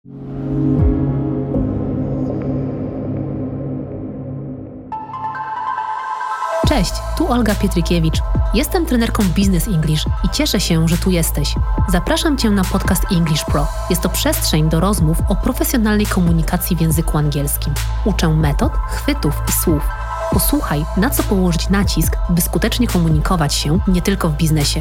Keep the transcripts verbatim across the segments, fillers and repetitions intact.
Cześć, tu Olga Pietrykiewicz. Jestem trenerką Business English i cieszę się, że tu jesteś. Zapraszam Cię na podcast English Pro. Jest to przestrzeń do rozmów o profesjonalnej komunikacji w języku angielskim. Uczę metod, chwytów i słów. Posłuchaj, na co położyć nacisk, by skutecznie komunikować się nie tylko w biznesie.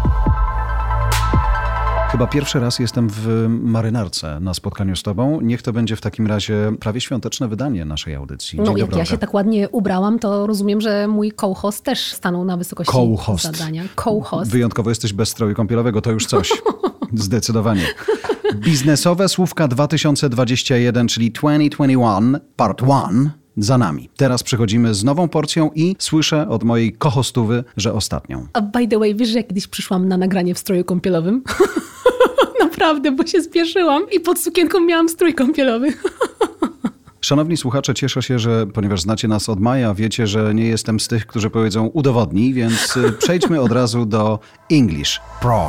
Chyba pierwszy raz jestem w marynarce na spotkaniu z Tobą. Niech to będzie w takim razie prawie świąteczne wydanie naszej audycji. Dzień no jak dobry, ja się tak ładnie ubrałam, to rozumiem, że mój co-host też stanął na wysokości co-host. zadania. Co-host. Wyjątkowo jesteś bez stroju kąpielowego, to już coś. Zdecydowanie. Biznesowe słówka dwa tysiące dwudziesty pierwszy, czyli dwa tysiące dwudziesty jeden, part jeden, za nami. Teraz przychodzimy z nową porcją i słyszę od mojej co-hostówy, że ostatnią. A by the way, wiesz, że ja kiedyś przyszłam na nagranie w stroju kąpielowym? Naprawdę, bo się spieszyłam i pod sukienką miałam strój kąpielowy. Szanowni słuchacze, cieszę się, że ponieważ znacie nas od maja, wiecie, że nie jestem z tych, którzy powiedzą udowodnij, więc przejdźmy od razu do English Pro.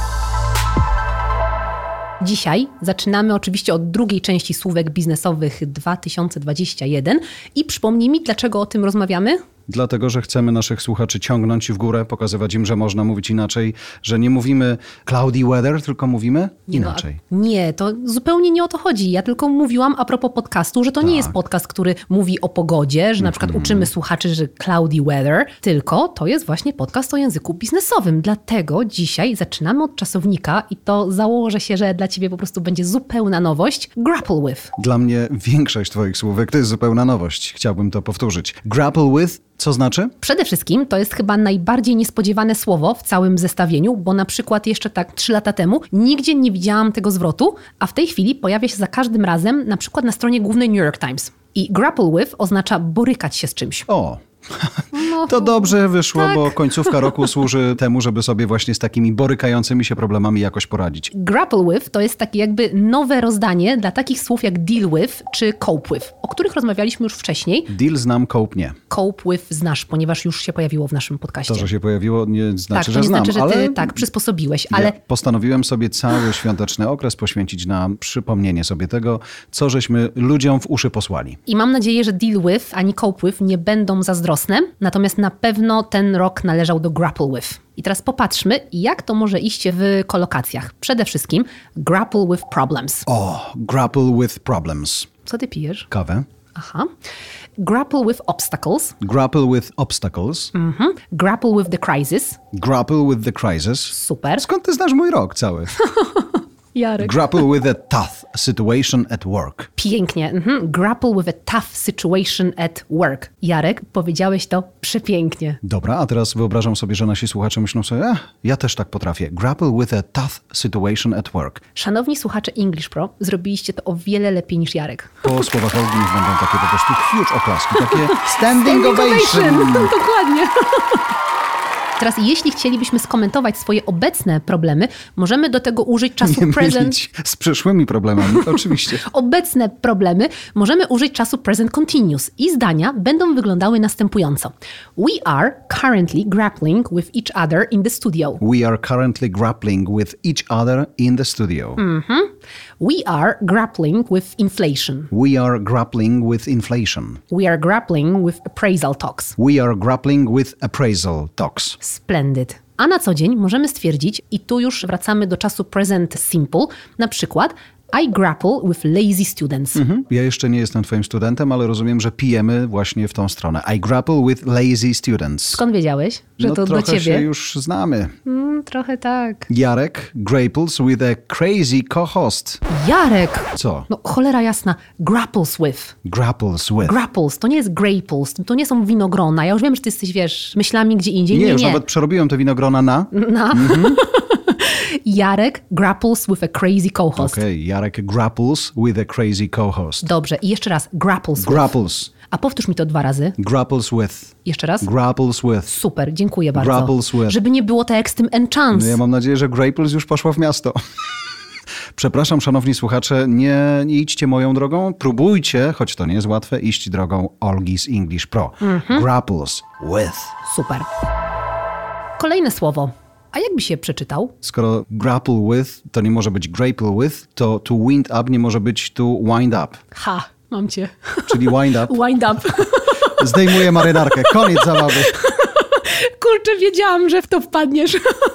Dzisiaj zaczynamy oczywiście od drugiej części słówek biznesowych dwa tysiące dwudziesty pierwszy i przypomnij mi, dlaczego o tym rozmawiamy? Dlatego, że chcemy naszych słuchaczy ciągnąć w górę, pokazywać im, że można mówić inaczej, że nie mówimy cloudy weather, tylko mówimy inaczej. No, nie, to zupełnie nie o to chodzi. Ja tylko mówiłam a propos podcastu, że to tak. nie jest podcast, który mówi o pogodzie, że na przykład mm. uczymy słuchaczy, że cloudy weather, tylko to jest właśnie podcast o języku biznesowym. Dlatego dzisiaj zaczynamy od czasownika i to założę się, że dla ciebie po prostu będzie zupełna nowość. Grapple with. Dla mnie większość twoich słówek to jest zupełna nowość. Chciałbym to powtórzyć. Grapple with. Co znaczy? Przede wszystkim to jest chyba najbardziej niespodziewane słowo w całym zestawieniu, bo na przykład jeszcze tak trzy lata temu nigdzie nie widziałam tego zwrotu, a w tej chwili pojawia się za każdym razem na przykład na stronie głównej New York Times. I grapple with oznacza borykać się z czymś. O, no, to dobrze wyszło, tak. Bo końcówka roku służy temu, żeby sobie właśnie z takimi borykającymi się problemami jakoś poradzić. Grapple with to jest takie jakby nowe rozdanie dla takich słów jak deal with czy cope with, o których rozmawialiśmy już wcześniej. Deal znam, cope nie. Cope with znasz, ponieważ już się pojawiło w naszym podcaście. To, że się pojawiło, nie znaczy, tak, że nie znam. znaczy, że ale ty tak przysposobiłeś, ale... Ja postanowiłem sobie cały świąteczny okres poświęcić na przypomnienie sobie tego, co żeśmy ludziom w uszy posłali. I mam nadzieję, że deal with ani cope with nie będą zazdrosne, natomiast na pewno ten rok należał do grapple with. I teraz popatrzmy, jak to może iść w kolokacjach. Przede wszystkim grapple with problems. O, grapple with problems. Co ty pijesz? Kawę. Aha. Grapple with obstacles. Grapple with obstacles. Mhm. Grapple with the crisis. Grapple with the crisis. Super. Skąd ty znasz mój rok cały? Jarek. Grapple with a tough situation at work. Pięknie. Mhm. Grapple with a tough situation at work. Jarek, powiedziałeś to przepięknie. Dobra, a teraz wyobrażam sobie, że nasi słuchacze myślą sobie, eh, ja też tak potrafię. Grapple with a tough situation at work. Szanowni słuchacze English Pro, zrobiliście to o wiele lepiej niż Jarek. Po słowach Olgi niech będą takie po prostu huge oklaski, takie standing, Standing ovation. ovation. Dokładnie. Teraz, jeśli chcielibyśmy skomentować swoje obecne problemy, możemy do tego użyć czasu Nie present. mylić z przyszłymi problemami, oczywiście. Obecne problemy możemy użyć czasu present continuous i zdania będą wyglądały następująco. We are currently grappling with each other in the studio. We are currently grappling with each other in the studio. Mm-hmm. We are grappling with inflation. We are grappling with inflation. We are grappling with appraisal talks. We are grappling with appraisal talks. Splendid. A na co dzień możemy stwierdzić, i tu już wracamy do czasu present simple, na przykład I grapple with lazy students. Mhm. Ja jeszcze nie jestem twoim studentem, ale rozumiem, że pijemy właśnie w tą stronę. I grapple with lazy students. Skąd wiedziałeś, że no, to do ciebie? Trochę się już znamy. Mm, trochę tak. Jarek grapples with a crazy co-host. Jarek! Co? No cholera jasna. Grapples with. Grapples with. Grapples. To nie jest grapples. To nie są winogrona. Ja już wiem, że ty jesteś, wiesz, myślami gdzie indziej. Nie, Nie, już nie. nawet przerobiłem te winogrona na... Na. Mhm. Jarek grapples with a crazy co-host. Okej, okay. Jarek grapples with a crazy co-host. Dobrze. I jeszcze raz. Grapples with. Grapples. A powtórz mi to dwa razy. Grapples with. Jeszcze raz. Grapples with. Super, dziękuję bardzo. Grapples with. Żeby nie było tak jak z tym enchance. No ja mam nadzieję, że grapples już poszło w miasto. Przepraszam, szanowni słuchacze, nie, nie idźcie moją drogą. Próbujcie, choć to nie jest łatwe, iść drogą Olgi z English Pro. Mm-hmm. Grapples with. Super. Kolejne słowo. A jakby się przeczytał? Skoro grapple with to nie może być grapple with, to to wind up nie może być to wind up. Ha, mam cię. Czyli wind up. Wind up. Zdejmuję marynarkę. Koniec zabawy. Kurczę, wiedziałam, że w to wpadniesz.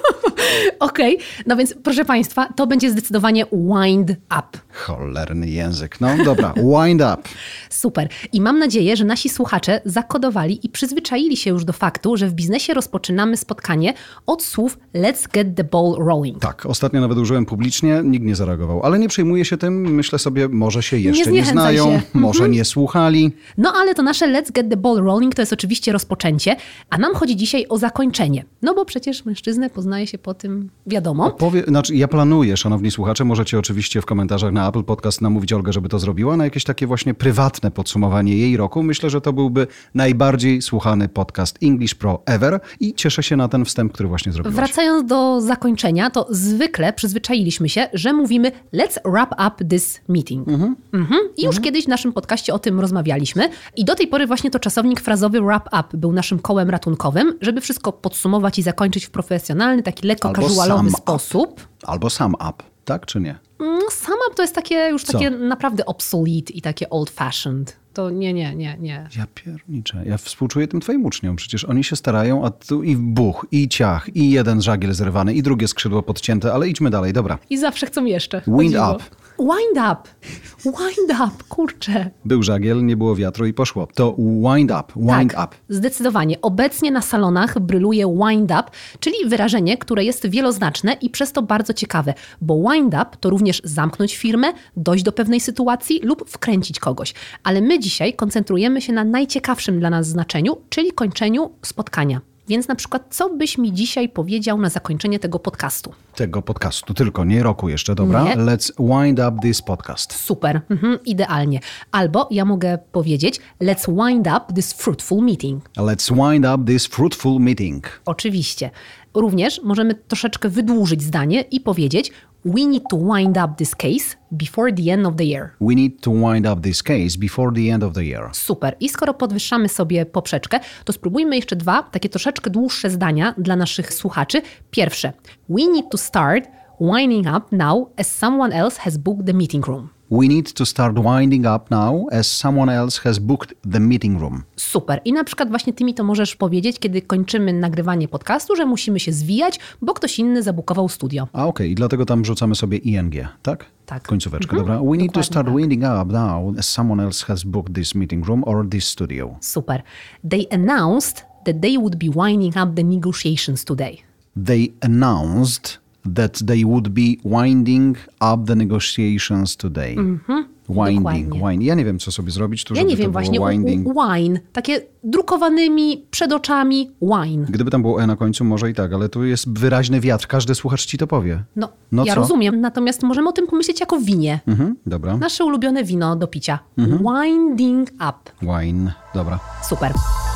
Okej, okay. No więc proszę Państwa, to będzie zdecydowanie wind up. Cholerny język. No dobra, wind up. Super. I mam nadzieję, że nasi słuchacze zakodowali i przyzwyczaili się już do faktu, że w biznesie rozpoczynamy spotkanie od słów let's get the ball rolling. Tak, ostatnio nawet użyłem publicznie, nikt nie zareagował, ale nie przejmuję się tym. Myślę sobie, może się jeszcze nie, nie znają, się. może mhm. nie słuchali. No ale to nasze let's get the ball rolling to jest oczywiście rozpoczęcie, a nam chodzi dzisiaj o zakończenie. No bo przecież mężczyznę poznaje się po tym, wiadomo. Powie, znaczy ja planuję, szanowni słuchacze, możecie oczywiście w komentarzach na Apple Podcast namówić Olgę, żeby to zrobiła, na jakieś takie właśnie prywatne podsumowanie jej roku. Myślę, że to byłby najbardziej słuchany podcast English Pro ever i cieszę się na ten wstęp, który właśnie zrobiłaś. Wracając do zakończenia, to zwykle przyzwyczailiśmy się, że mówimy let's wrap up this meeting. Mhm. Mhm. I już mhm. kiedyś w naszym podcaście o tym rozmawialiśmy i do tej pory właśnie to czasownik frazowy wrap up był naszym kołem ratunkowym, żeby wszystko podsumować i zakończyć w profesjonalny, taki lekko casualowy sposób. Up. Albo sum up, tak czy nie? Sum up to jest takie już Co? takie naprawdę obsolete i takie old fashioned. To nie, nie, nie, nie. Ja pierniczę. Ja współczuję tym twoim uczniom. Przecież oni się starają, a tu i buch, i ciach, i jeden żagiel zrywany, i drugie skrzydło podcięte, ale idźmy dalej, dobra. I zawsze chcą jeszcze. Wind up. Wind up. Wind up, kurczę. Był żagiel, nie było wiatru i poszło. To wind up, wind tak, up. Zdecydowanie. Obecnie na salonach bryluje wind up, czyli wyrażenie, które jest wieloznaczne i przez to bardzo ciekawe, bo wind up to również zamknąć firmę, dojść do pewnej sytuacji lub wkręcić kogoś. Ale my dzisiaj koncentrujemy się na najciekawszym dla nas znaczeniu, czyli kończeniu spotkania. Więc na przykład, co byś mi dzisiaj powiedział na zakończenie tego podcastu? Tego podcastu, tylko nie roku jeszcze, dobra? Nie. Let's wind up this podcast. Super, mhm, idealnie. Albo ja mogę powiedzieć, let's wind up this fruitful meeting. Let's wind up this fruitful meeting. Oczywiście. Również możemy troszeczkę wydłużyć zdanie i powiedzieć we need to wind up this case before the end of the year. We need to wind up this case before the end of the year. Super. I skoro podwyższamy sobie poprzeczkę, to spróbujmy jeszcze dwa takie troszeczkę dłuższe zdania dla naszych słuchaczy. Pierwsze. We need to start winding up now as someone else has booked the meeting room. We need to start winding up now as someone else has booked the meeting room. Super. I na przykład właśnie ty mi to możesz powiedzieć, kiedy kończymy nagrywanie podcastu, że musimy się zwijać, bo ktoś inny zabukował studio. A okej, okay. I dlatego tam wrzucamy sobie ing, tak? Tak. Końcóweczkę, mhm. dobra? We need Dokładnie to start tak. winding up now as someone else has booked this meeting room or this studio. Super. They announced that they would be winding up the negotiations today. They announced that they would be winding up the negotiations today. Mm-hmm. Winding, wine. Ja nie wiem, co sobie zrobić tu, ja żeby nie wiem, to właśnie, było winding. Wine. Takie drukowanymi przed oczami wine. Gdyby tam było e na końcu, może i tak, ale tu jest wyraźny wiatr. Każdy słuchacz ci to powie. No, no ja co? rozumiem. Natomiast możemy o tym pomyśleć jako winie. Mhm, dobra. Nasze ulubione wino do picia. Mhm. Winding up. Wine, dobra. Super.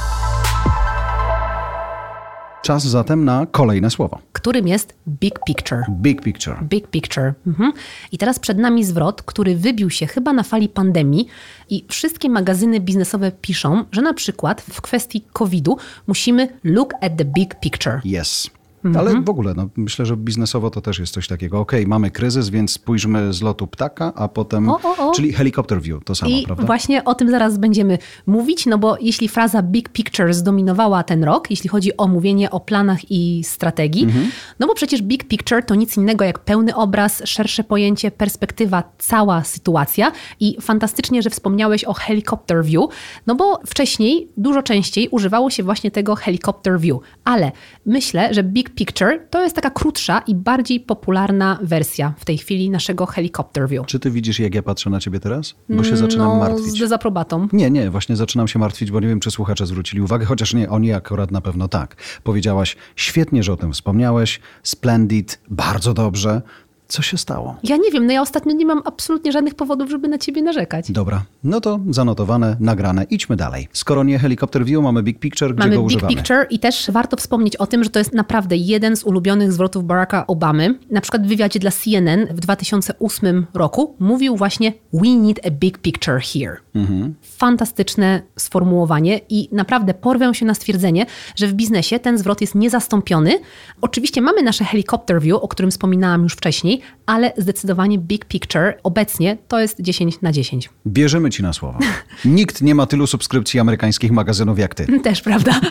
Czas zatem na kolejne słowo. Którym jest big picture. Big picture. Big picture. Mhm. I teraz przed nami zwrot, który wybił się chyba na fali pandemii i wszystkie magazyny biznesowe piszą, że na przykład w kwestii kowida musimy look at the big picture. Yes. Ale w ogóle, no, myślę, że biznesowo to też jest coś takiego. Okej, okay, mamy kryzys, więc spójrzmy z lotu ptaka, a potem... O, o, o. Czyli helicopter view, to samo, I prawda? właśnie o tym zaraz będziemy mówić, no bo jeśli fraza big picture zdominowała ten rok, jeśli chodzi o mówienie o planach i strategii, mhm. no bo przecież big picture to nic innego jak pełny obraz, szersze pojęcie, perspektywa, cała sytuacja i fantastycznie, że wspomniałeś o helicopter view, no bo wcześniej dużo częściej używało się właśnie tego helicopter view, ale myślę, że big picture to jest taka krótsza i bardziej popularna wersja w tej chwili naszego helicopter view. Czy ty widzisz, jak ja patrzę na ciebie teraz? Bo się zaczynam no, martwić. z dezaprobatą. Nie, nie, właśnie zaczynam się martwić, bo nie wiem, czy słuchacze zwrócili uwagę, chociaż nie, oni akurat na pewno tak. Powiedziałaś, świetnie, że o tym wspomniałeś, splendid, bardzo dobrze. Co się stało? Ja nie wiem, no ja ostatnio nie mam absolutnie żadnych powodów, żeby na ciebie narzekać. Dobra, no to zanotowane, nagrane. Idźmy dalej. Skoro nie Helicopter View, mamy Big Picture, gdzie mamy go Big używamy? Picture i też warto wspomnieć o tym, że to jest naprawdę jeden z ulubionych zwrotów Baracka Obamy. Na przykład w wywiadzie dla C N N w dwa tysiące ósmym roku mówił właśnie "We need a big picture here". Mhm. Fantastyczne sformułowanie i naprawdę porwę się na stwierdzenie, że w biznesie ten zwrot jest niezastąpiony. Oczywiście mamy nasze Helicopter View, o którym wspominałam już wcześniej, ale zdecydowanie Big Picture obecnie to jest dziesięć na dziesięć. Bierzemy ci na słowo. Nikt nie ma tylu subskrypcji amerykańskich magazynów jak ty. Też prawda.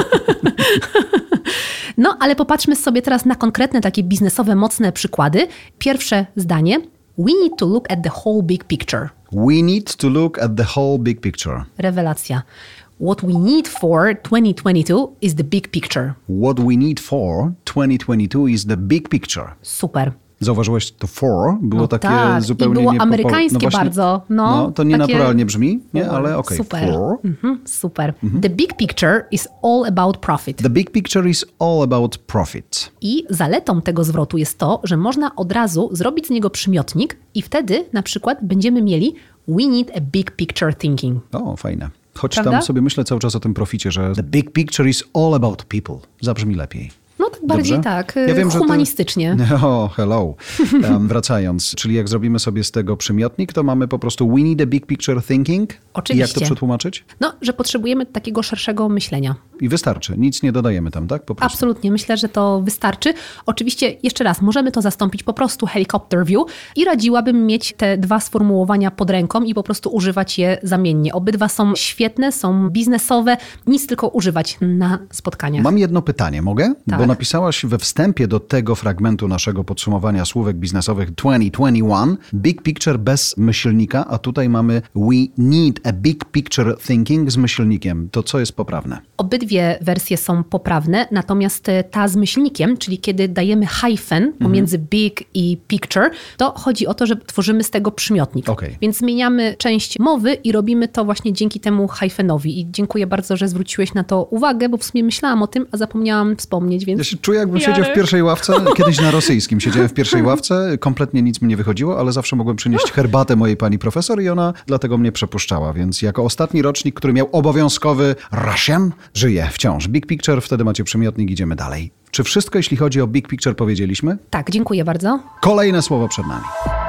No, ale popatrzmy sobie teraz na konkretne takie biznesowe, mocne przykłady. Pierwsze zdanie. We need to look at the whole big picture. We need to look at the whole big picture. Rewelacja. What we need for twenty twenty-two is the big picture. What we need for twenty twenty-two is the big picture. Super. Zauważyłeś, to for było No takie tak. zupełnie I było nie amerykańskie no właśnie, bardzo. No, no to nienaturalnie brzmi, nie? Ale okej. Super. For. Mhm, super. Mhm. The big picture is all about profit. The big picture is all about profit. I zaletą tego zwrotu jest to, że można od razu zrobić z niego przymiotnik i wtedy na przykład będziemy mieli we need a big picture thinking. O, fajne. Choć Prawda? tam sobie myślę cały czas o tym proficie, że the big picture is all about people. Zabrzmi lepiej. No tak bardziej Dobrze? tak, Ja wiem, że to- humanistycznie. O, hello. Um, wracając, czyli jak zrobimy sobie z tego przymiotnik, to mamy po prostu we need a big picture thinking. Oczywiście. I jak to przetłumaczyć? No, że potrzebujemy takiego szerszego myślenia. I wystarczy. Nic nie dodajemy tam, tak? Po prostu. Absolutnie, myślę, że to wystarczy. Oczywiście, jeszcze raz, możemy to zastąpić po prostu Helicopter View i radziłabym mieć te dwa sformułowania pod ręką i po prostu używać je zamiennie. Obydwa są świetne, są biznesowe, nic tylko używać na spotkaniach. Mam jedno pytanie, mogę? Tak. Bo napisałaś we wstępie do tego fragmentu naszego podsumowania słówek biznesowych dwa tysiące dwadzieścia jeden big picture bez myślnika, a tutaj mamy we need a big picture thinking z myślnikiem. To co jest poprawne? Obydwie wersje są poprawne, natomiast ta z myślnikiem, czyli kiedy dajemy hyphen pomiędzy big i picture, to chodzi o to, że tworzymy z tego przymiotnik. Okej. Więc zmieniamy część mowy i robimy to właśnie dzięki temu hyphenowi. I dziękuję bardzo, że zwróciłeś na to uwagę, bo w sumie myślałam o tym, a zapomniałam wspomnieć, więc... Ja się czuję, jakbym Jarek. siedział w pierwszej ławce. Kiedyś na rosyjskim siedziałem w pierwszej ławce. Kompletnie nic mi nie wychodziło, ale zawsze mogłem przynieść herbatę mojej pani profesor i ona dlatego mnie przepuszczała. Więc jako ostatni rocznik, który miał obowiązkowy Russian, żyję wciąż. Big picture, wtedy macie przymiotnik, idziemy dalej. Czy wszystko, jeśli chodzi o big picture, powiedzieliśmy? Tak, dziękuję bardzo. Kolejne słowo przed nami.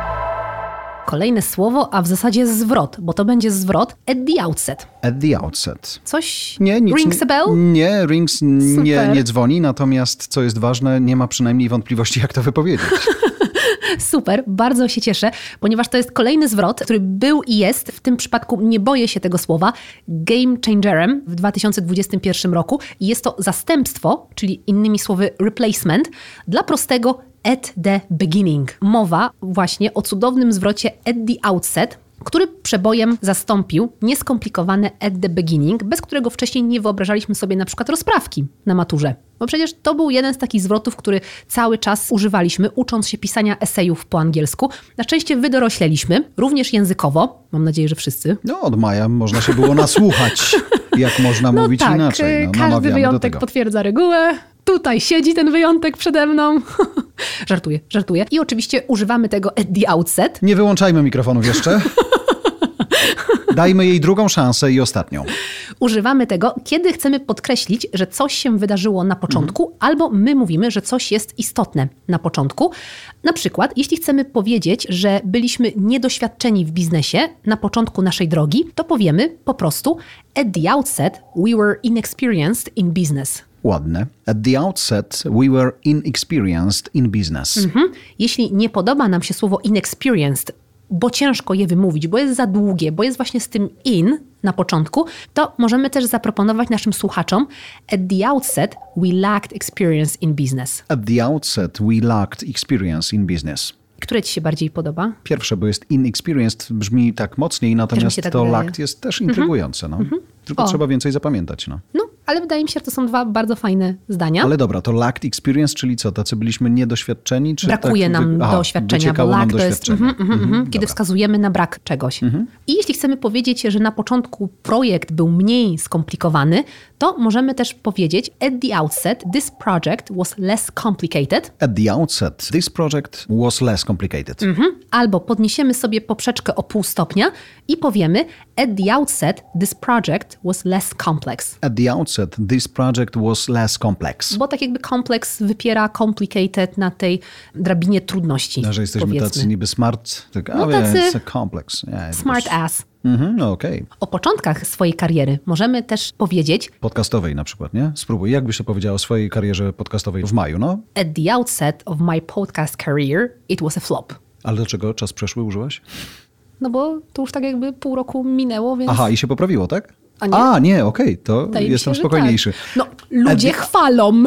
Kolejne słowo, a w zasadzie zwrot, bo to będzie zwrot at the outset. At the outset. Coś Nie, nic, rings a bell? Nie, rings nie, Super. nie dzwoni, natomiast co jest ważne, nie ma przynajmniej wątpliwości, jak to wypowiedzieć. Super, bardzo się cieszę, ponieważ to jest kolejny zwrot, który był i jest, w tym przypadku nie boję się tego słowa, game changerem w dwa tysiące dwudziestym pierwszym roku i jest to zastępstwo, czyli innymi słowy replacement, dla prostego at the beginning. Mowa właśnie o cudownym zwrocie at the outset, który przebojem zastąpił nieskomplikowane at the beginning, bez którego wcześniej nie wyobrażaliśmy sobie na przykład rozprawki na maturze. Bo przecież to był jeden z takich zwrotów, który cały czas używaliśmy, ucząc się pisania esejów po angielsku. Na szczęście wydorośleliśmy, również językowo. Mam nadzieję, że wszyscy. No, od maja można się było nasłuchać, jak można No mówić tak, inaczej. No, każdy namawiamy do wyjątek tego. potwierdza regułę. Tutaj siedzi ten wyjątek przede mną. Żartuję, żartuję. I oczywiście używamy tego at the outset. Nie wyłączajmy mikrofonów jeszcze. Dajmy jej drugą szansę i ostatnią. Używamy tego, kiedy chcemy podkreślić, że coś się wydarzyło na początku, mhm. albo my mówimy, że coś jest istotne na początku. Na przykład, jeśli chcemy powiedzieć, że byliśmy niedoświadczeni w biznesie na początku naszej drogi, to powiemy po prostu at the outset we were inexperienced in business. Ładne. At the outset we were inexperienced in business. Mhm. Jeśli nie podoba nam się słowo inexperienced, bo ciężko je wymówić, bo jest za długie, bo jest właśnie z tym in na początku, to możemy też zaproponować naszym słuchaczom at the outset we lacked experience in business. At the outset we lacked experience in business. Które ci się bardziej podoba? Pierwsze, bo jest inexperienced, brzmi tak mocniej, natomiast tak to wydaje. lacked jest też intrygujące. No. Mhm. Tylko O. trzeba więcej zapamiętać. No. No, ale wydaje mi się, że to są dwa bardzo fajne zdania. Ale dobra, to lacked experience, czyli co? Tacy byliśmy niedoświadczeni? Czy Brakuje tak, nam aha, doświadczenia, bo lack to jest mm, mm, mm, mm, kiedy dobra. wskazujemy na brak czegoś. Mhm. I jeśli chcemy powiedzieć, że na początku projekt był mniej skomplikowany, to możemy też powiedzieć at the outset this project was less complicated. At the outset this project was less complicated. Mhm. Albo podniesiemy sobie poprzeczkę o pół stopnia i powiemy at the outset this project was less complex. At the outset this project was less complex. Bo tak jakby complex wypiera complicated na tej drabinie trudności. No, że jesteśmy powiedzmy. tacy niby smart, tak, No a tacy it's a complex. Yeah, smart was... ass. Mhm, no okej. Okay. O początkach swojej kariery możemy też powiedzieć Podcastowej na przykład, nie? Spróbuj, jak byś to powiedziała o swojej karierze podcastowej w maju, no? at the outset of my podcast career it was a flop. Ale dlaczego czas przeszły użyłaś? No bo to już tak jakby pół roku minęło, więc... Aha, i się poprawiło, tak? A nie? A, nie, okej, okay, to Wydaje mi jestem się, że spokojniejszy. tak. No, ludzie the... chwalą.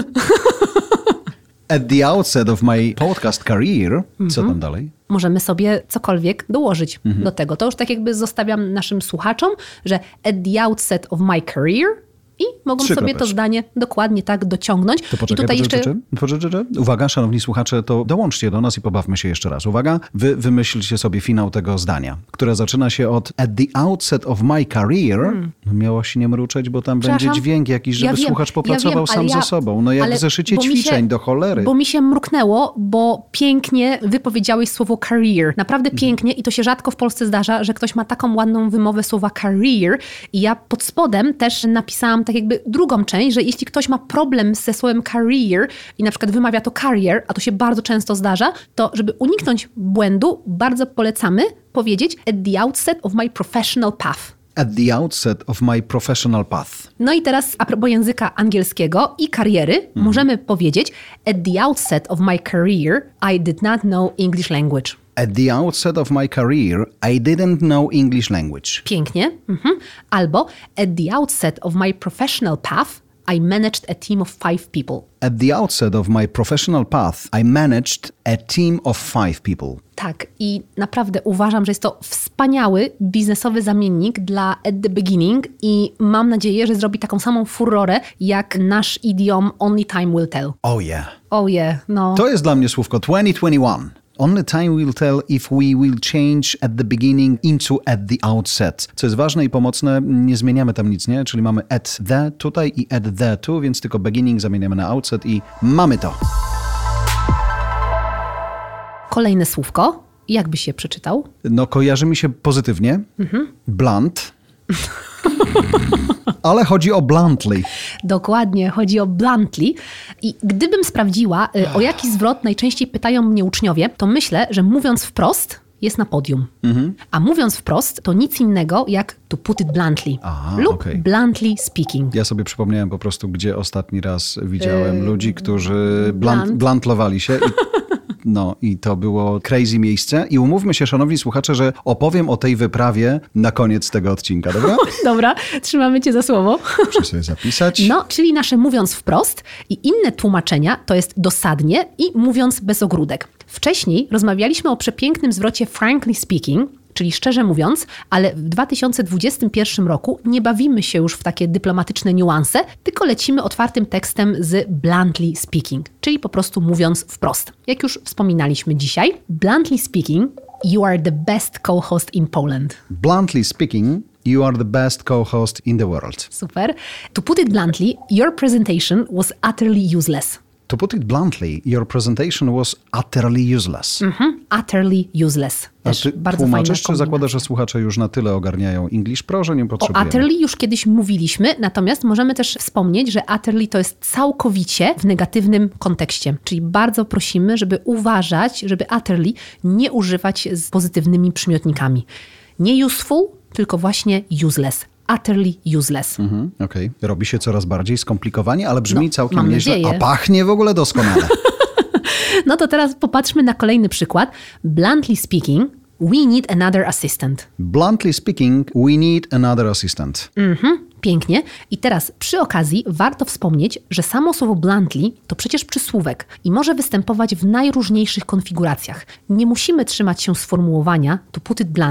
At the outset of my podcast career, Mhm. co tam dalej? Możemy sobie cokolwiek dołożyć Mhm. do tego. To już tak jakby zostawiam naszym słuchaczom, że at the outset of my career i mogą Trzy sobie to kropeczki. zdanie dokładnie tak dociągnąć. To poczekaj, I tutaj poczekaj, jeszcze... poczekaj, poczekaj. Uwaga, szanowni słuchacze, to dołączcie do nas i pobawmy się jeszcze raz. Uwaga, wy wymyślcie sobie finał tego zdania, które zaczyna się od at the outset of my career. Hmm. Miało się nie mruczeć, bo tam będzie dźwięk jakiś, żeby ja wiem, słuchacz popracował ja wiem, sam ja, ze sobą. No jak ale w zeszycie bo mi ćwiczeń się, do cholery. Bo mi się mruknęło, bo pięknie wypowiedziałeś słowo career. Naprawdę pięknie i to się rzadko w Polsce zdarza, że ktoś ma taką ładną wymowę słowa career i ja pod spodem też napisałam tak jakby drugą część, że jeśli ktoś ma problem ze słowem career i na przykład wymawia to career, a to się bardzo często zdarza, to żeby uniknąć błędu, bardzo polecamy powiedzieć at the outset of my professional path. At the outset of my professional path. No i teraz a propos języka angielskiego i kariery, Mhm. możemy powiedzieć at the outset of my career I did not know English language. At the outset of my career, I didn't know English language. Pięknie. Mhm. Albo at the outset of my professional path I managed a team of five people. At the outset of my professional path, I managed a team of five people. Tak, i naprawdę uważam, że jest to wspaniały biznesowy zamiennik dla at the beginning i mam nadzieję, że zrobi taką samą furorę jak nasz idiom only time will tell. Oh yeah. Oh yeah, no. To jest dla mnie słówko dwa tysiące dwudziesty pierwszy. Only time will tell if we will change at the beginning into at the outset. Co jest ważne i pomocne, nie zmieniamy tam nic, nie? Czyli mamy at the tutaj i at the tu, więc tylko beginning zamieniamy na outset i mamy to. Kolejne słówko. Jak byś się przeczytał? No kojarzy mi się pozytywnie. Mhm. Blunt. Ale chodzi o bluntly. Dokładnie, chodzi o bluntly. I gdybym sprawdziła, y, o jaki zwrot najczęściej pytają mnie uczniowie, to myślę, że mówiąc wprost jest na podium. Mhm. A mówiąc wprost to nic innego jak to put it bluntly Aha, lub okay. bluntly speaking. Ja sobie przypomniałem po prostu, gdzie ostatni raz widziałem yy, ludzi, którzy blunt, blunt. bluntlowali się. I, no i to było crazy miejsce. I umówmy się, szanowni słuchacze, że opowiem o tej wyprawie na koniec tego odcinka, dobra? Dobra, trzymamy cię za słowo. Muszę sobie zapisać. No, czyli nasze mówiąc wprost i inne tłumaczenia to jest dosadnie i mówiąc bez ogródek. Wcześniej rozmawialiśmy o przepięknym zwrocie frankly speaking, czyli szczerze mówiąc, ale w dwa tysiące dwudziestym pierwszym roku nie bawimy się już w takie dyplomatyczne niuanse, tylko lecimy otwartym tekstem z bluntly speaking, czyli po prostu mówiąc wprost. Jak już wspominaliśmy dzisiaj, bluntly speaking, you are the best co-host in Poland. Bluntly speaking, you are the best co-host in the world. Super. To put it bluntly, your presentation was utterly useless. To put it bluntly, your presentation was utterly useless. Mhm. Utterly useless. A Też ty bardzo tłumaczysz, fajna czy zakładasz, że słuchacze już na tyle ogarniają English Pro, że nie O potrzebujemy? utterly już kiedyś mówiliśmy, natomiast możemy też wspomnieć, że utterly to jest całkowicie w negatywnym kontekście. Czyli bardzo prosimy, żeby uważać, żeby utterly nie używać z pozytywnymi przymiotnikami. Nie useful, tylko właśnie useless. Utterly useless. Mhm, okej. Okay. Robi się coraz bardziej skomplikowanie, ale brzmi No, całkiem mam nieźle, nadzieję. a pachnie w ogóle doskonale. No to teraz popatrzmy na kolejny przykład. Bluntly speaking, we need another assistant. Bluntly speaking, we need another assistant. Mhm, pięknie. I teraz przy okazji warto wspomnieć, że samo słowo bluntly to przecież przysłówek i może występować w najróżniejszych konfiguracjach. Nie musimy trzymać się sformułowania to put it bluntly,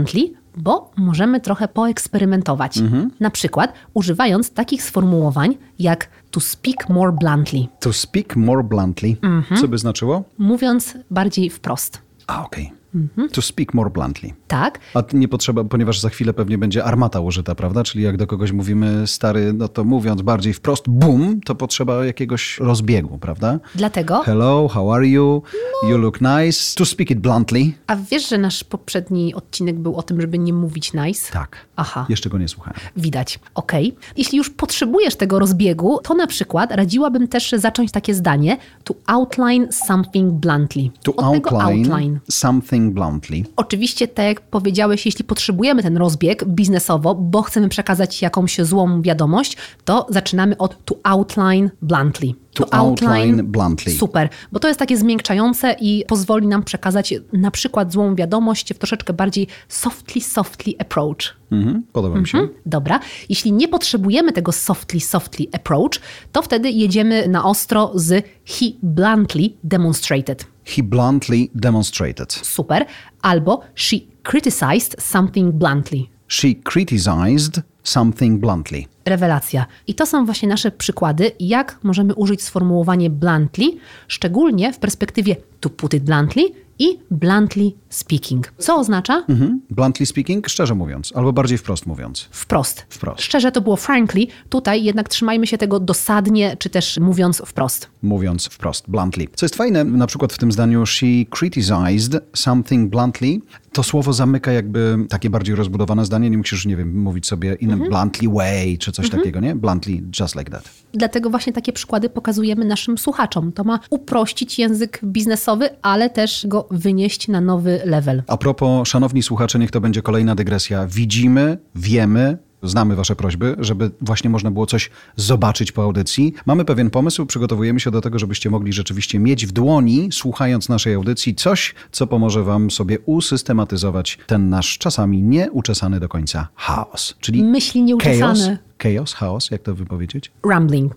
bo możemy trochę poeksperymentować. Mhm. Na przykład używając takich sformułowań jak to speak more bluntly. To speak more bluntly. Mhm. Co by znaczyło? Mówiąc bardziej wprost. A, okej. Okay. Mhm. To speak more bluntly. Tak. A nie potrzeba, ponieważ za chwilę pewnie będzie armata użyta, prawda? Czyli jak do kogoś mówimy stary, no to mówiąc bardziej wprost, boom, to potrzeba jakiegoś rozbiegu, prawda? Dlatego... Hello, how are you? No. You look nice. To speak it bluntly. A wiesz, że nasz poprzedni odcinek był o tym, żeby nie mówić nice? Tak. Aha. Jeszcze go nie słuchałem. Widać. Okej. Okay. Jeśli już potrzebujesz tego rozbiegu, to na przykład radziłabym też zacząć takie zdanie to outline something bluntly. To Od outline, tego outline something bluntly. Oczywiście, tak jak powiedziałeś, jeśli potrzebujemy ten rozbieg biznesowo, bo chcemy przekazać jakąś złą wiadomość, to zaczynamy od to outline bluntly. To, to outline, outline bluntly. Super, bo to jest takie zmiękczające i pozwoli nam przekazać na przykład złą wiadomość w troszeczkę bardziej softly, softly approach. Mhm, podoba mi się. Mhm, dobra. Jeśli nie potrzebujemy tego softly, softly approach, to wtedy jedziemy na ostro z he bluntly demonstrated. He bluntly demonstrated. Super. Albo she criticized something bluntly. She criticized something bluntly. Rewelacja. I to są właśnie nasze przykłady, jak możemy użyć sformułowanie bluntly, szczególnie w perspektywie to put it bluntly i bluntly speaking. Co oznacza? Mhm. Bluntly speaking, szczerze mówiąc, albo bardziej wprost mówiąc. Wprost. Wprost. Szczerze to było frankly, tutaj jednak trzymajmy się tego dosadnie, czy też mówiąc wprost. Mówiąc wprost, bluntly. Co jest fajne, na przykład w tym zdaniu she criticized something bluntly, to słowo zamyka jakby takie bardziej rozbudowane zdanie, nie musisz, nie wiem, mówić sobie in mhm. a bluntly way, czy coś mhm. takiego, nie? Bluntly, just like that. Dlatego właśnie takie przykłady pokazujemy naszym słuchaczom. To ma uprościć język biznesowy, ale też go wynieść na nowy level. A propos, szanowni słuchacze, niech to będzie kolejna dygresja. Widzimy, wiemy, znamy wasze prośby, żeby właśnie można było coś zobaczyć po audycji. Mamy pewien pomysł, przygotowujemy się do tego, żebyście mogli rzeczywiście mieć w dłoni, słuchając naszej audycji, coś, co pomoże wam sobie usystematyzować ten nasz czasami nieuczesany do końca chaos. Czyli myśli nieuczesane. Chaos, chaos, chaos, jak to wypowiedzieć? Rambling.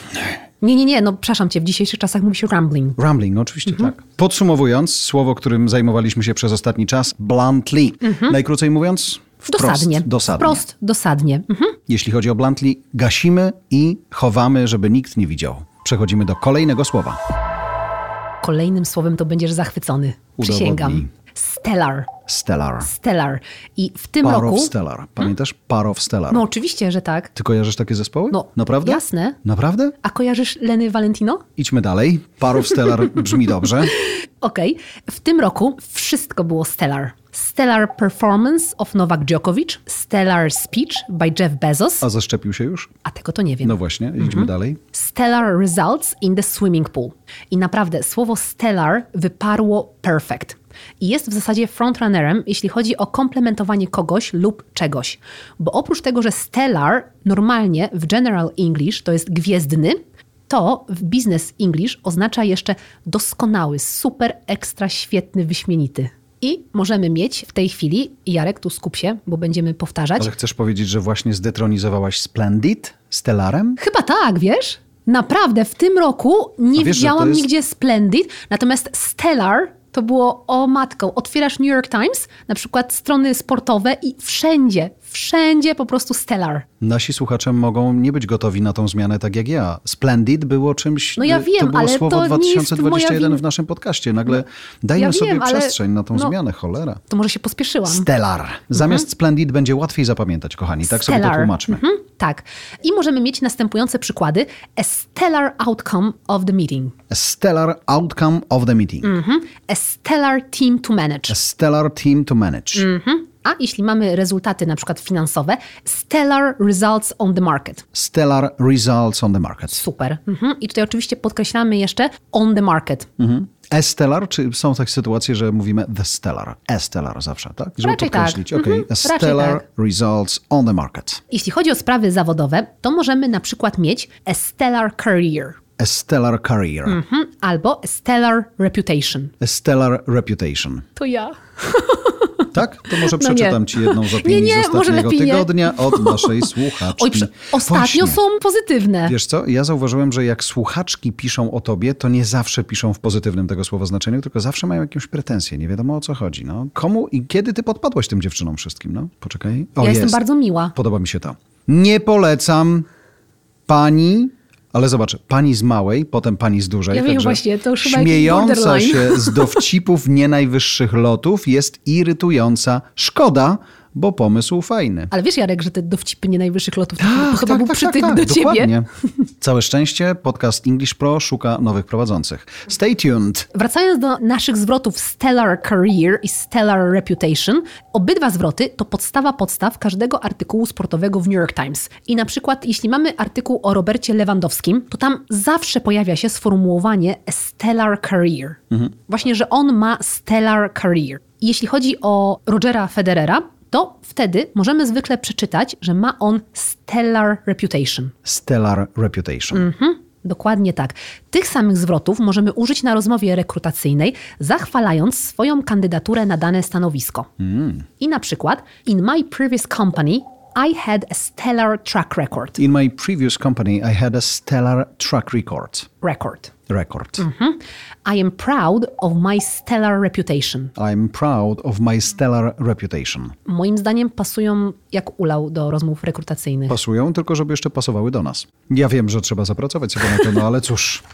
Nie, nie, nie, no przepraszam cię, w dzisiejszych czasach mówi się rambling. Rambling, no oczywiście mhm. tak. Podsumowując, słowo, którym zajmowaliśmy się przez ostatni czas, bluntly. Mhm. Najkrócej mówiąc, wprost, dosadnie. dosadnie. Wprost, dosadnie. Mhm. Jeśli chodzi o bluntly, gasimy i chowamy, żeby nikt nie widział. Przechodzimy do kolejnego słowa. Kolejnym słowem to będziesz zachwycony. Przysięgam. Stellar. Stellar. Stellar. I w tym Par roku... of Stellar. Pamiętasz? Par of Stellar. No oczywiście, że tak. Ty kojarzysz takie zespoły? No, naprawdę? Jasne. Naprawdę? A kojarzysz Leny Valentino? Idźmy dalej. Par of Stellar brzmi dobrze. Okej. Okay. W tym roku wszystko było stellar. Stellar performance of Novak Djokovic, stellar speech by Jeff Bezos. A zaszczepił się już? A tego to nie wiem. No właśnie, idźmy mhm. dalej. Stellar results in the swimming pool. I naprawdę słowo stellar wyparło perfect. I jest w zasadzie frontrunnerem, jeśli chodzi o komplementowanie kogoś lub czegoś. Bo oprócz tego, że stellar normalnie w General English to jest gwiezdny, to w Business English oznacza jeszcze doskonały, super, ekstra, świetny, wyśmienity. I możemy mieć w tej chwili, Jarek, tu skup się, bo będziemy powtarzać. Ale chcesz powiedzieć, że właśnie zdetronizowałaś Splendid Stellarem? Chyba tak, wiesz? Naprawdę, w tym roku nie wiesz, widziałam jest... nigdzie Splendid, natomiast Stellar to było, o matko, otwierasz New York Times, na przykład strony sportowe i wszędzie, wszędzie po prostu stellar. Nasi słuchacze mogą nie być gotowi na tą zmianę tak jak ja. Splendid było czymś, no ja wiem, to było ale słowo to dwa tysiące dwudziesty jeden win... w naszym podcaście. Nagle dajmy ja sobie wiem, przestrzeń ale... na tą no, zmianę, cholera. To może się pospieszyłam. Stellar. Zamiast mhm. Splendid będzie łatwiej zapamiętać, kochani. Tak stellar. sobie to tłumaczmy. Mhm. Tak. I możemy mieć następujące przykłady. A stellar outcome of the meeting. A stellar outcome of the meeting. Mhm. A stellar team to manage. A stellar team to manage. Mhm. A jeśli mamy rezultaty na przykład finansowe, stellar results on the market. Stellar results on the market. Super. Mhm. I tutaj oczywiście podkreślamy jeszcze on the market. Mhm. A stellar, czy są takie sytuacje, że mówimy the stellar? A stellar zawsze, tak? Żeby Raczej podkreślić. tak. Okay. Mhm. A stellar tak. results on the market. Jeśli chodzi o sprawy zawodowe, to możemy na przykład mieć a stellar career. A stellar career. Mhm. Albo a stellar reputation. A stellar reputation. To ja. Tak? To może No nie. przeczytam ci jedną z opinii Nie, nie, z może ostatniego lepiej nie. tygodnia od naszej słuchaczki. Oj, prze- ostatnio Właśnie. są pozytywne. Wiesz co, ja zauważyłem, że jak słuchaczki piszą o tobie, to nie zawsze piszą w pozytywnym tego słowa znaczeniu, tylko zawsze mają jakieś pretensje. Nie wiadomo, o co chodzi. No. Komu i kiedy ty podpadłaś tym dziewczynom wszystkim? No, poczekaj. O, Ja jest. jestem bardzo miła. Podoba mi się to. Nie polecam pani... Ale zobacz, pani z małej, potem pani z dużej. Ja wiem także właśnie, to już chyba jakiś śmiejąca borderline. się z dowcipów nie najwyższych lotów jest irytująca. Szkoda, bo pomysł fajny. Ale wiesz, Jarek, że te dowcipy nie najwyższych lotów to Tak, chyba tak, był tak, przytyk tak, do tak, ciebie. dokładnie. Całe szczęście, podcast English Pro szuka nowych prowadzących. Stay tuned. Wracając do naszych zwrotów stellar career i stellar reputation, obydwa zwroty to podstawa podstaw każdego artykułu sportowego w New York Times. I na przykład, jeśli mamy artykuł o Robercie Lewandowskim, to tam zawsze pojawia się sformułowanie a stellar career. Mhm. Właśnie, że on ma stellar career. I jeśli chodzi o Rogera Federera, to wtedy możemy zwykle przeczytać, że ma on stellar reputation. Stellar reputation. Mhm, dokładnie tak. Tych samych zwrotów możemy użyć na rozmowie rekrutacyjnej, zachwalając swoją kandydaturę na dane stanowisko. Mm. I na przykład, in my previous company, I had a stellar track record. In my previous company, I had a stellar track record. Record. Record. Mhm. I am proud of my stellar reputation. I'm proud of my stellar reputation. Moim zdaniem pasują jak ulał do rozmów rekrutacyjnych. Pasują, tylko żeby jeszcze pasowały do nas. Ja wiem, że trzeba zapracować sobie na to, no ale cóż.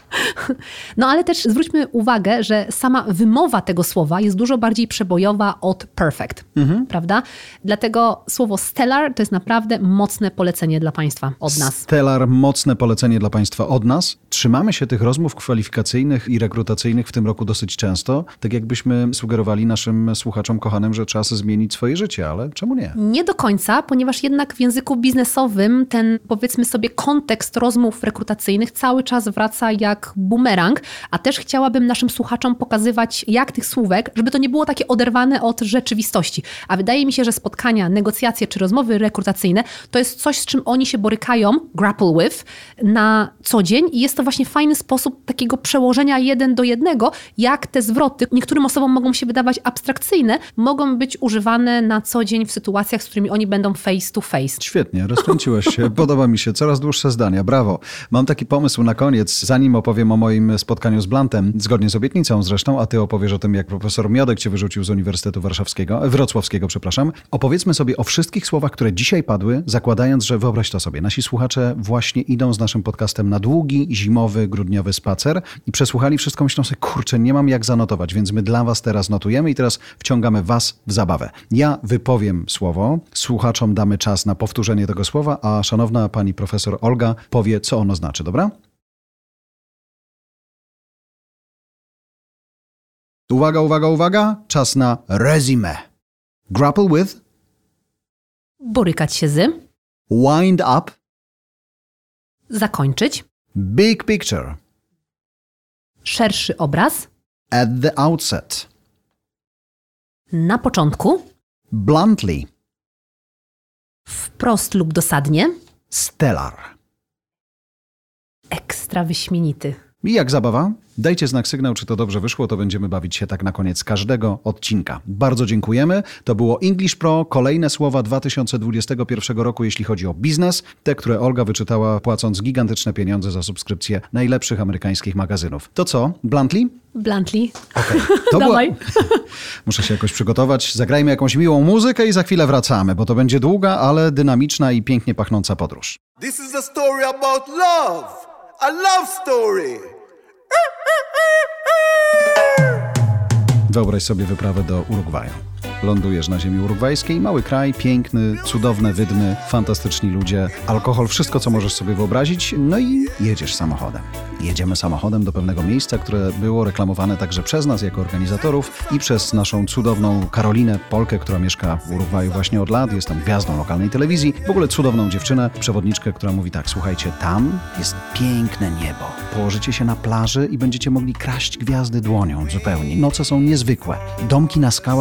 No ale też zwróćmy uwagę, że sama wymowa tego słowa jest dużo bardziej przebojowa od perfect, mhm. prawda? Dlatego słowo stellar to jest naprawdę mocne polecenie dla Państwa od nas. Stellar, mocne polecenie dla Państwa od nas. Trzymamy się tych rozmów kwalifikacyjnych i rekrutacyjnych w tym roku dosyć często, tak jakbyśmy sugerowali naszym słuchaczom kochanym, że czas zmienić swoje życie, ale czemu nie? Nie do końca, ponieważ jednak w języku biznesowym ten, powiedzmy sobie, kontekst rozmów rekrutacyjnych cały czas wraca jak bumerang, a też chciałabym naszym słuchaczom pokazywać, jak tych słówek, żeby to nie było takie oderwane od rzeczywistości. A wydaje mi się, że spotkania, negocjacje czy rozmowy rekrutacyjne to jest coś, z czym oni się borykają, grapple with, na co dzień i jest to właśnie fajny sposób takiego przełożenia jeden do jednego, jak te zwroty, niektórym osobom mogą się wydawać abstrakcyjne, mogą być używane na co dzień w sytuacjach, z którymi oni będą face to face. Świetnie, rozkręciłeś się. Podoba mi się. Coraz dłuższe zdania. Brawo. Mam taki pomysł na koniec, zanim opowiem o moim spotkaniu z Blantem, zgodnie z obietnicą zresztą, a ty opowiesz o tym, jak profesor Miodek cię wyrzucił z Uniwersytetu Warszawskiego, Wrocławskiego, przepraszam. Opowiedzmy sobie o wszystkich słowach, które dzisiaj padły, zakładając, że wyobraź to sobie, nasi słuchacze właśnie idą z naszym podcastem na długi, zimowy, grudniowy spacer i przesłuchali wszystko, myślą sobie, kurczę, nie mam jak zanotować, więc my dla was teraz notujemy i teraz wciągamy was w zabawę. Ja wypowiem słowo, słuchaczom damy czas na powtórzenie tego słowa, a szanowna pani profesor Olga powie, co ono znaczy, dobra? Uwaga, uwaga, uwaga, czas na resume. Grapple with. Borykać się z. Wind up. Zakończyć. Big picture. Szerszy obraz. At the outset. Na początku. Bluntly. Wprost lub dosadnie. Stellar. Ekstra wyśmienity. I jak zabawa? Dajcie znak sygnał, czy to dobrze wyszło, to będziemy bawić się tak na koniec każdego odcinka. Bardzo dziękujemy. To było English Pro, kolejne słowa dwa tysiące dwudziestego pierwszego roku, jeśli chodzi o biznes. Te, które Olga wyczytała, płacąc gigantyczne pieniądze za subskrypcję najlepszych amerykańskich magazynów. To co? Bluntly? Bluntly. Okej. Okay. Dawaj. Muszę się jakoś przygotować. Zagrajmy jakąś miłą muzykę i za chwilę wracamy, bo to będzie długa, ale dynamiczna i pięknie pachnąca podróż. This is a story about love. A love story. Wyobraź sobie wyprawę do Urugwaju. Lądujesz na ziemi urugwajskiej, mały kraj, piękny, cudowne wydmy, fantastyczni ludzie, alkohol, wszystko co możesz sobie wyobrazić, no i jedziesz samochodem. Jedziemy samochodem do pewnego miejsca, które było reklamowane także przez nas jako organizatorów i przez naszą cudowną Karolinę, Polkę, która mieszka w Urugwaju właśnie od lat, jest tam gwiazdą lokalnej telewizji, w ogóle cudowną dziewczynę, przewodniczkę, która mówi tak, słuchajcie, tam jest piękne niebo, położycie się na plaży i będziecie mogli kraść gwiazdy dłonią zupełnie. Noce są niezwykłe, domki na skałach rozstawione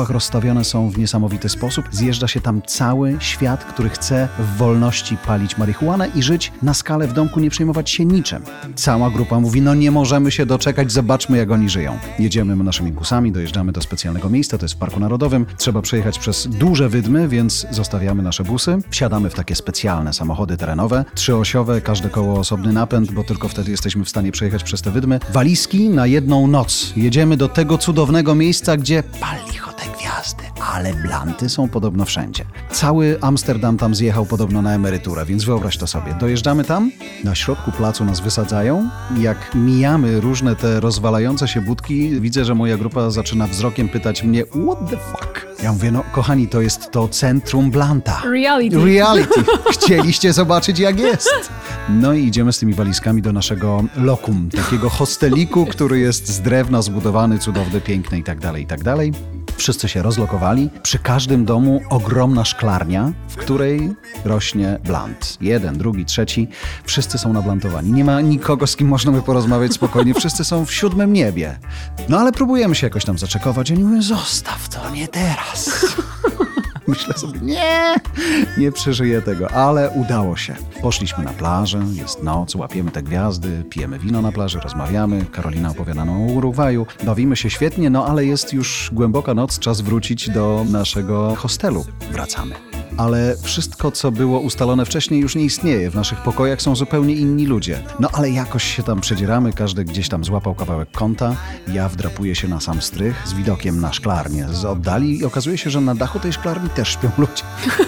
ustawione są w niesamowity sposób. Zjeżdża się tam cały świat, który chce w wolności palić marihuanę i żyć na skalę w domku, nie przejmować się niczym. Cała grupa mówi, no nie możemy się doczekać, zobaczmy jak oni żyją. Jedziemy naszymi busami, dojeżdżamy do specjalnego miejsca, to jest w Parku Narodowym. Trzeba przejechać przez duże wydmy, więc zostawiamy nasze busy. Wsiadamy w takie specjalne samochody terenowe, trzyosiowe, każde koło osobny napęd, bo tylko wtedy jesteśmy w stanie przejechać przez te wydmy. Walizki na jedną noc. Jedziemy do tego cudownego miejsca, gdzie palichote gwiazdy, ale blanty są podobno wszędzie. Cały Amsterdam tam zjechał podobno na emeryturę, więc wyobraź to sobie. Dojeżdżamy tam, na środku placu nas wysadzają. Jak mijamy różne te rozwalające się budki, widzę, że moja grupa zaczyna wzrokiem pytać mnie, what the fuck? Ja mówię, no kochani, to jest to centrum blanta. Reality. Reality. Chcieliście zobaczyć, jak jest. No i idziemy z tymi walizkami do naszego lokum, takiego hosteliku, który jest z drewna zbudowany, cudowny, piękny i tak dalej, i tak dalej. Wszyscy się rozlokowali. Przy każdym domu ogromna szklarnia, w której rośnie blant. Jeden, drugi, trzeci. Wszyscy są nablantowani. Nie ma nikogo, z kim można by porozmawiać spokojnie. Wszyscy są w siódmym niebie. No ale próbujemy się jakoś tam zaczekować. Oni mówią, zostaw to, nie teraz. Myślę sobie, nie, nie przeżyję tego, ale udało się. Poszliśmy na plażę, jest noc, łapiemy te gwiazdy, pijemy wino na plaży, rozmawiamy. Karolina opowiada nam o Urugwaju. Bawimy się świetnie, no ale jest już głęboka noc, czas wrócić do naszego hostelu. Wracamy. Ale wszystko, co było ustalone wcześniej, już nie istnieje. W naszych pokojach są zupełnie inni ludzie. No ale jakoś się tam przedzieramy, każdy gdzieś tam złapał kawałek kąta. Ja wdrapuję się na sam strych z widokiem na szklarnię z oddali i okazuje się, że na dachu tej szklarni też śpią ludzie.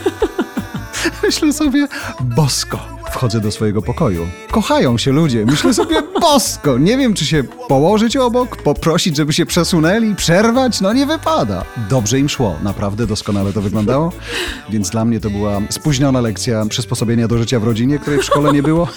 Myślę sobie, bosko. Wchodzę do swojego pokoju. Kochają się ludzie. Myślę sobie, bosko. Nie wiem, czy się położyć obok, poprosić, żeby się przesunęli, przerwać. No nie wypada. Dobrze im szło. Naprawdę doskonale to wyglądało. Więc dla mnie to była spóźniona lekcja przysposobienia do życia w rodzinie, której w szkole nie było.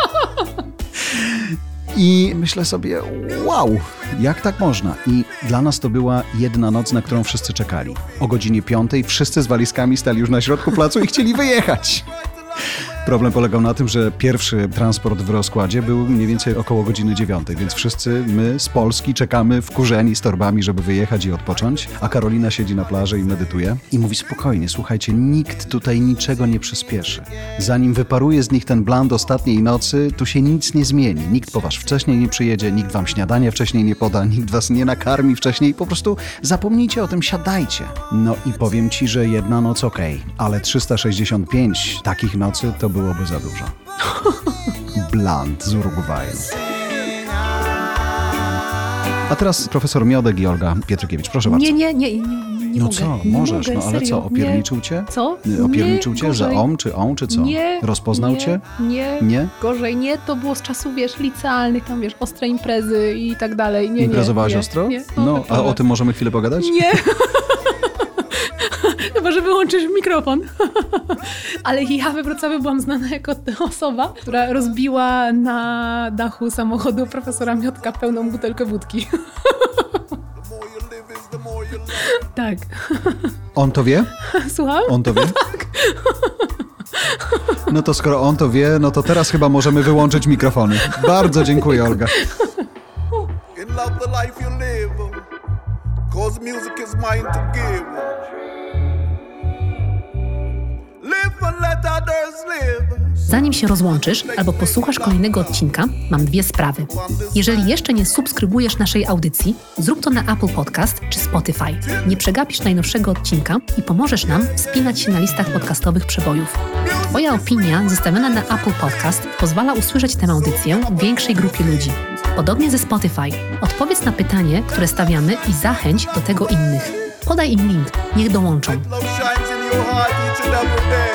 I myślę sobie, wow, jak tak można? I dla nas to była jedna noc, na którą wszyscy czekali. O godzinie piątej wszyscy z walizkami stali już na środku placu i chcieli wyjechać. Problem polegał na tym, że pierwszy transport w rozkładzie był mniej więcej około godziny dziewiątej, więc wszyscy my z Polski czekamy wkurzeni z torbami, żeby wyjechać i odpocząć, a Karolina siedzi na plaży i medytuje i mówi spokojnie, słuchajcie, nikt tutaj niczego nie przyspieszy. Zanim wyparuje z nich ten bland ostatniej nocy, tu się nic nie zmieni. Nikt po was wcześniej nie przyjedzie, nikt wam śniadania wcześniej nie poda, nikt was nie nakarmi wcześniej, po prostu zapomnijcie o tym, siadajcie. No i powiem ci, że jedna noc okej, okay, ale trzysta sześćdziesiąt pięć takich nocy to byłoby za dużo. Bland z Urugwaju. A teraz profesor Miodek i Olga Pietrykiewicz. Proszę bardzo. Nie, nie, nie, nie, nie No mogę. co, nie możesz, mogę, no ale serio, co, opierniczył nie. cię? Co? Opierniczył Nie, cię, że gorzej. on czy on, czy co? Nie. Rozpoznał nie, cię? Nie, Nie? Gorzej, nie, to było z czasów, wiesz, licealnych, tam, wiesz, ostre imprezy i tak dalej. Nie, nie, Imprezowałaś nie, ostro? Nie, No, a naprawdę. o tym możemy chwilę pogadać? Nie. Chyba, że wyłączysz mikrofon. Ale ja we Wrocławiu byłam znana jako ta osoba, która rozbiła na dachu samochodu profesora Miodka pełną butelkę wódki. Tak. On to wie? Słucham? On to wie? No to skoro on to wie, no to teraz chyba możemy wyłączyć mikrofony. Bardzo dziękuję, Olga. In love the life you live, cause music is mine to give. Live and let others live. Zanim się rozłączysz albo posłuchasz kolejnego odcinka, mam dwie sprawy. Jeżeli jeszcze nie subskrybujesz naszej audycji, zrób to na Apple Podcast czy Spotify. Nie przegapisz najnowszego odcinka i pomożesz nam wspinać się na listach podcastowych przebojów. Twoja opinia zostawiona na Apple Podcast pozwala usłyszeć tę audycję większej grupie ludzi. Podobnie ze Spotify. Odpowiedz na pytanie, które stawiamy i zachęć do tego innych. Podaj im link, niech dołączą. Love shines in your heart each and every day.